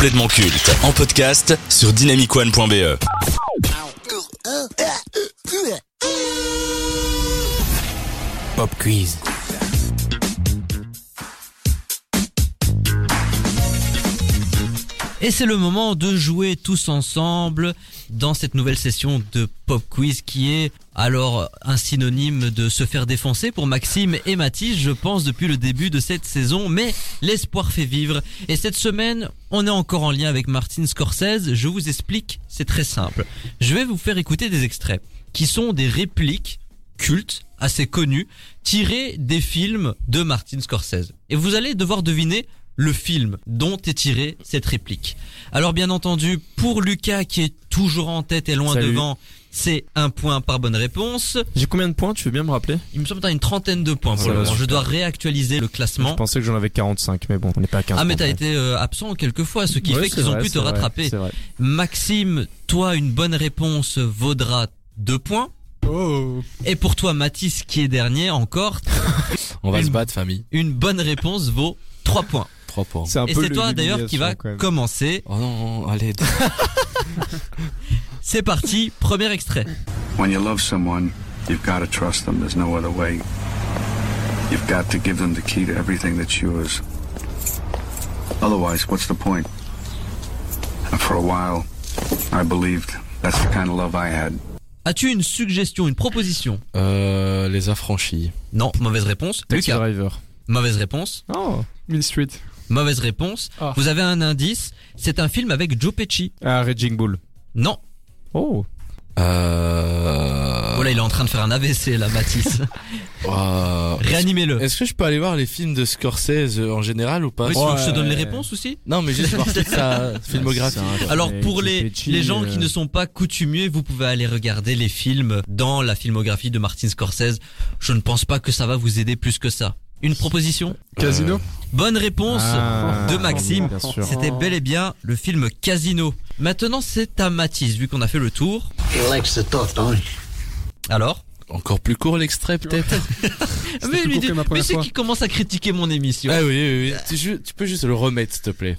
complètement culte en podcast sur dynamicone.be. Pop quiz. Et c'est le moment de jouer tous ensemble dans cette nouvelle session de Pop Quiz qui est alors un synonyme de se faire défoncer pour Maxime et Mathis, je pense, depuis le début de cette saison. Mais l'espoir fait vivre. Et cette semaine, on est encore en lien avec Martin Scorsese. Je vous explique, c'est très simple. Je vais vous faire écouter des extraits qui sont des répliques cultes, assez connues, tirées des films de Martin Scorsese. Et vous allez devoir deviner le film dont est tirée cette réplique. Alors bien entendu, pour Lucas qui est toujours en tête et loin devant, c'est 1 point par bonne réponse. J'ai combien de points, tu veux bien me rappeler? Il me semble que t'as une trentaine de points pour le moment. Je dois réactualiser le classement. Je pensais que j'en avais 45, mais bon, on n'est pas à 15. Ah mais t'as été absent quelques fois, ce qui fait qu'ils ont pu te rattraper. C'est vrai. Maxime, toi une bonne réponse vaudra 2 points. Oh. Et pour toi Mathis qui est dernier encore, on va se battre famille. Une bonne réponse vaut 3 points. 3 points. Et c'est toi d'ailleurs qui va commencer. Oh non, allez. C'est parti, premier extrait. When you love someone, you've got to trust them. There's no other way. You've got to give them the key to everything that's yours. Otherwise, what's the point? And for a while, I believed that's the kind of love I had. As-tu une suggestion, une proposition? Les Affranchis. Non, mauvaise réponse. Taxi Lucas. Driver. Mauvaise réponse. Oh, Mean Street. Mauvaise réponse. Oh. Vous avez un indice. C'est un film avec Joe Pesci. Ah, Raging Bull. Non. Oh. Voilà, il est en train de faire un AVC là, Mathis. Réanimez-le. Est-ce que je peux aller voir les films de Scorsese en général ou pas? Oui, je te donne les réponses aussi. Non, mais juste voir toute sa filmographie. Alors pour les gens qui ne sont pas coutumiers, vous pouvez aller regarder les films dans la filmographie de Martin Scorsese. Je ne pense pas que ça va vous aider plus que ça. Une proposition? Casino. Bonne réponse de Maxime. Bien sûr. C'était bel et bien le film Casino. Maintenant c'est à Mathis, vu qu'on a fait le tour. Alors? Encore plus court l'extrait peut-être. Mais c'est qui commence à critiquer mon émission. Ah oui. Tu peux juste le remettre s'il te plaît.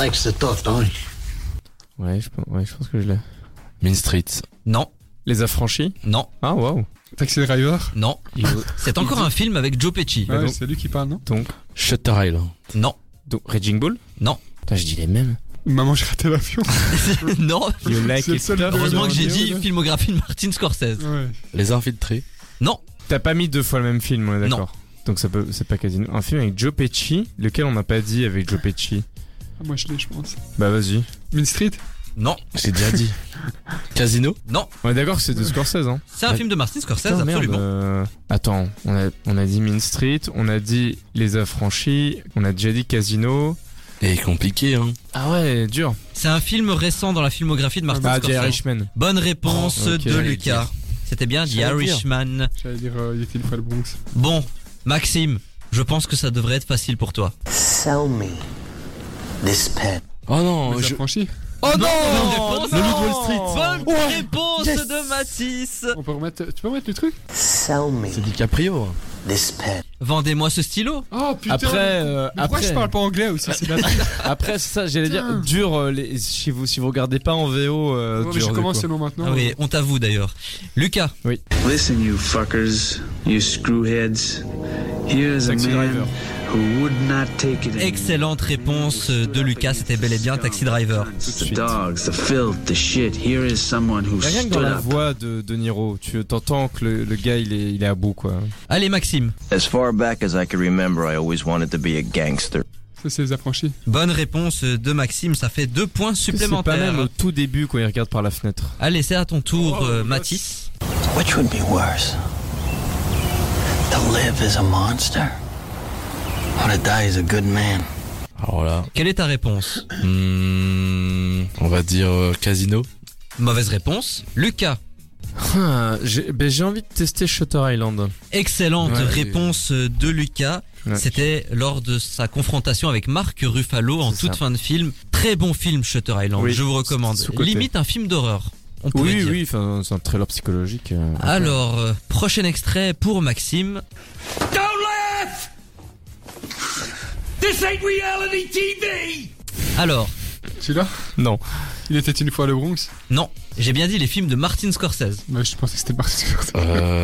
Ouais, je pense que je l'ai. Mean Street. Non. Les Affranchis? Non. Ah, waouh. Taxi Driver. Non. C'est encore un film avec Joe Pesci. Ouais, c'est lui qui parle, non? Donc, Shutter Island. Non. Raging Bull? Non. Putain, je dis les mêmes. Maman, j'ai raté l'avion. Non. You like C'est le it. seul Heureusement que j'ai dit Ouais. filmographie de Martin Scorsese. Ouais. Les Infiltrés. Non. T'as pas mis 2 fois le même film, on est Non. d'accord. Donc c'est pas Casino. Un film avec Joe Pesci, lequel on n'a pas dit avec Joe Pesci. Ah, moi, je l'ai, je pense. Bah vas-y. Mean Street. Non. J'ai déjà dit. Casino. Non. On est d'accord que c'est de Scorsese, hein. C'est un film de Martin Scorsese, Putain, merde, absolument. Attends, on a dit Mean Street, on a dit Les Affranchis, on a déjà dit Casino. Et compliqué hein. Ah ouais, dur. C'est un film récent dans la filmographie de Martin Ah, The Scorsese. Irishman. Bonne réponse Oh, ok. de Lucas. C'était bien The Irishman. J'allais dire, il était une fois le Bronx. Bon, Maxime, je pense que ça devrait être facile pour toi. Sell me this pen. Oh non, Les Affranchis. Oh non, Le Loup de Wall Street. Bonne réponse de Mathis. On peut remettre, tu peux remettre le truc? Sell me C'est DiCaprio. this pen. Vendez-moi ce stylo. Oh putain. Après, Mais pourquoi je parle pas anglais aussi? C'est de la Après, c'est ça, j'allais dire, dur, si vous regardez pas en VO, Ouais, mais dur. je du commence coup. seulement maintenant. Ah oui, on t'avoue d'ailleurs. Lucas. Listen, you fuckers, you screwheads. Here's a Taxi man Driver. who would not take it anymore. Excellente réponse de Lucas, c'était bel et bien Taxi Driver. The dogs, the filth, the shit. Here is someone who Rien que dans stood la up. voix de Niro, tu t'entends que le gars il est à bout quoi. Allez Maxime. As far back as I can remember, I always wanted to be a gangster. Ça, c'est les Affranchis. Bonne réponse de Maxime, ça fait 2 points C'est pas supplémentaires. même au tout début quand il regarde par la fenêtre. Allez, c'est à ton tour Mathis. Which would be worse? To live as a monster? Or to die as a good man? Alors là, Quelle est ta réponse? on va dire Casino. Mauvaise réponse. Lucas. J'ai envie de tester Shutter Island. Excellente Ouais, réponse de Lucas. Ouais. C'était lors de sa confrontation avec Mark Ruffalo en C'est toute ça. fin de film. Très bon film Shutter Island, Oui, je vous recommande. sous-coté. Limite un film d'horreur, on pourrait dire. Oui, enfin, c'est un thriller psychologique. Alors, prochain extrait pour Maxime. Don't laugh! This ain't reality TV! Alors, Celui-là? Non. Il était une fois le Bronx. Non, j'ai bien dit les films de Martin Scorsese. Bah, je pensais que c'était Martin Scorsese.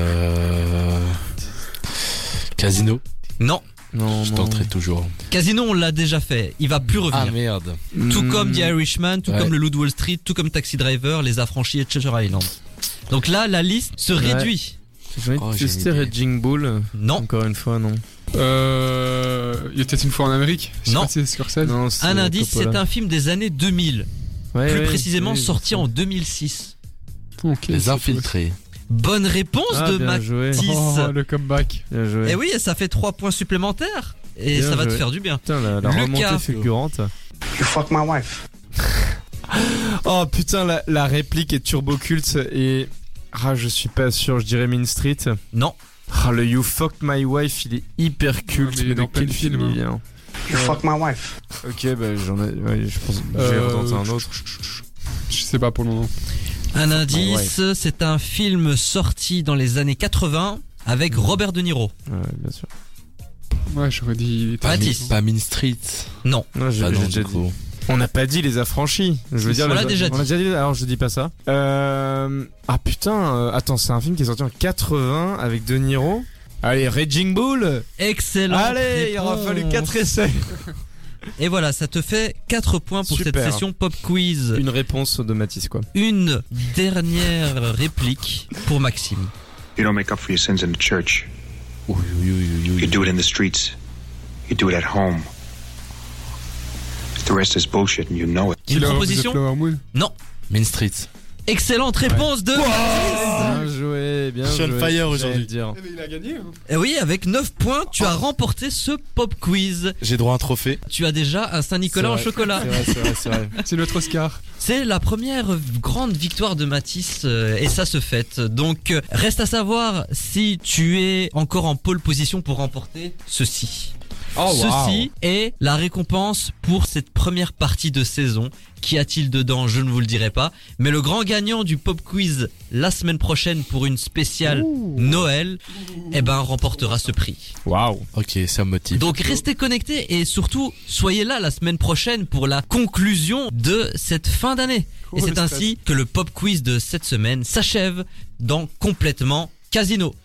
Casino. Non, Non, Je non. tenterai toujours. Casino on l'a déjà fait, il va plus revenir. Ah merde. Tout Mm. comme The Irishman, tout Ouais. comme Le Loup de Wall Street, tout comme Taxi Driver, Les Affranchis et Treasure Island. Donc là, la liste se réduit. J'ai envie Oh, de j'ai tester une idée. Raging Bull. Non, Encore une fois, non. Il était une fois en Amérique. Je sais Non. pas si c'est Scorsese. Non, c'est un indice, Coppola. c'est un film des années 2000. Ouais, Plus ouais, précisément oui, sorti je sais. en 2006. Ok, Les c'est infiltrés. Bonne réponse Ah, de bien joué. Mathis. Oh, le comeback. Bien joué. Et oui, ça fait 3 points supplémentaires. Et Bien ça va te joué. faire du bien. Putain, la Lucas. remontée fulgurante. You fuck my wife. Oh putain, la réplique est turbo culte et... Ah, je suis pas sûr, je dirais Mean Street. Non, Ah, le You Fucked My Wife, il est hyper culte. mais il est dans plein de quel films, il vient You fuck my wife. Ok, bah j'en ai... Ouais, je pense que j'ai retenter un autre. Je sais pas pour le moment. un indice, c'est un film sorti dans les années 80 avec Robert De Niro. Ouais, bien sûr. Ouais, j'aurais dit. Mathis. Pas Mean Street. Non, Non, j'ai Ah non, déjà du dit. coup. On n'a pas dit les affranchis. Je veux dire, On l'a déjà dit. On l'a déjà dit, alors je dis pas ça. Ah putain, attends, c'est un film qui est sorti en 80 avec De Niro. Allez, Raging Bull. excellent. Allez, il aura fallu 4 essais. Et voilà, ça te fait 4 points pour Super. cette session pop quiz. Une réponse de Mathis, quoi. Une dernière réplique pour Maxime. You don't make up for your sins in the church. Oui, oui, oui, oui, You oui. do it in the streets. You do it at home. The rest is bullshit and you know it. Une Killer of the proposition? Flower Moon. Non. Main Street. Excellente réponse de Bien joué, bien Je suis on joué. fire J'allais aujourd'hui. le dire. Mais il a gagné. Hein. Et oui, avec 9 points, tu as remporté ce pop quiz. J'ai droit à un trophée. Tu as déjà un Saint-Nicolas en C'est vrai. chocolat. C'est vrai. C'est notre Oscar. C'est la première grande victoire de Mathis et ça se fête. Donc reste à savoir si tu es encore en pole position pour remporter ceci. Oh, Ceci est la récompense pour cette première partie de saison. Qu'y a-t-il dedans? Je ne vous le dirai pas. Mais le grand gagnant du pop quiz la semaine prochaine pour une spéciale Noël, eh ben, remportera ce prix. Waouh. Ok, ça me motive. Donc restez connectés et surtout soyez là la semaine prochaine pour la conclusion de cette fin d'année. Et c'est ainsi que le pop quiz de cette semaine s'achève dans Complètement Casino.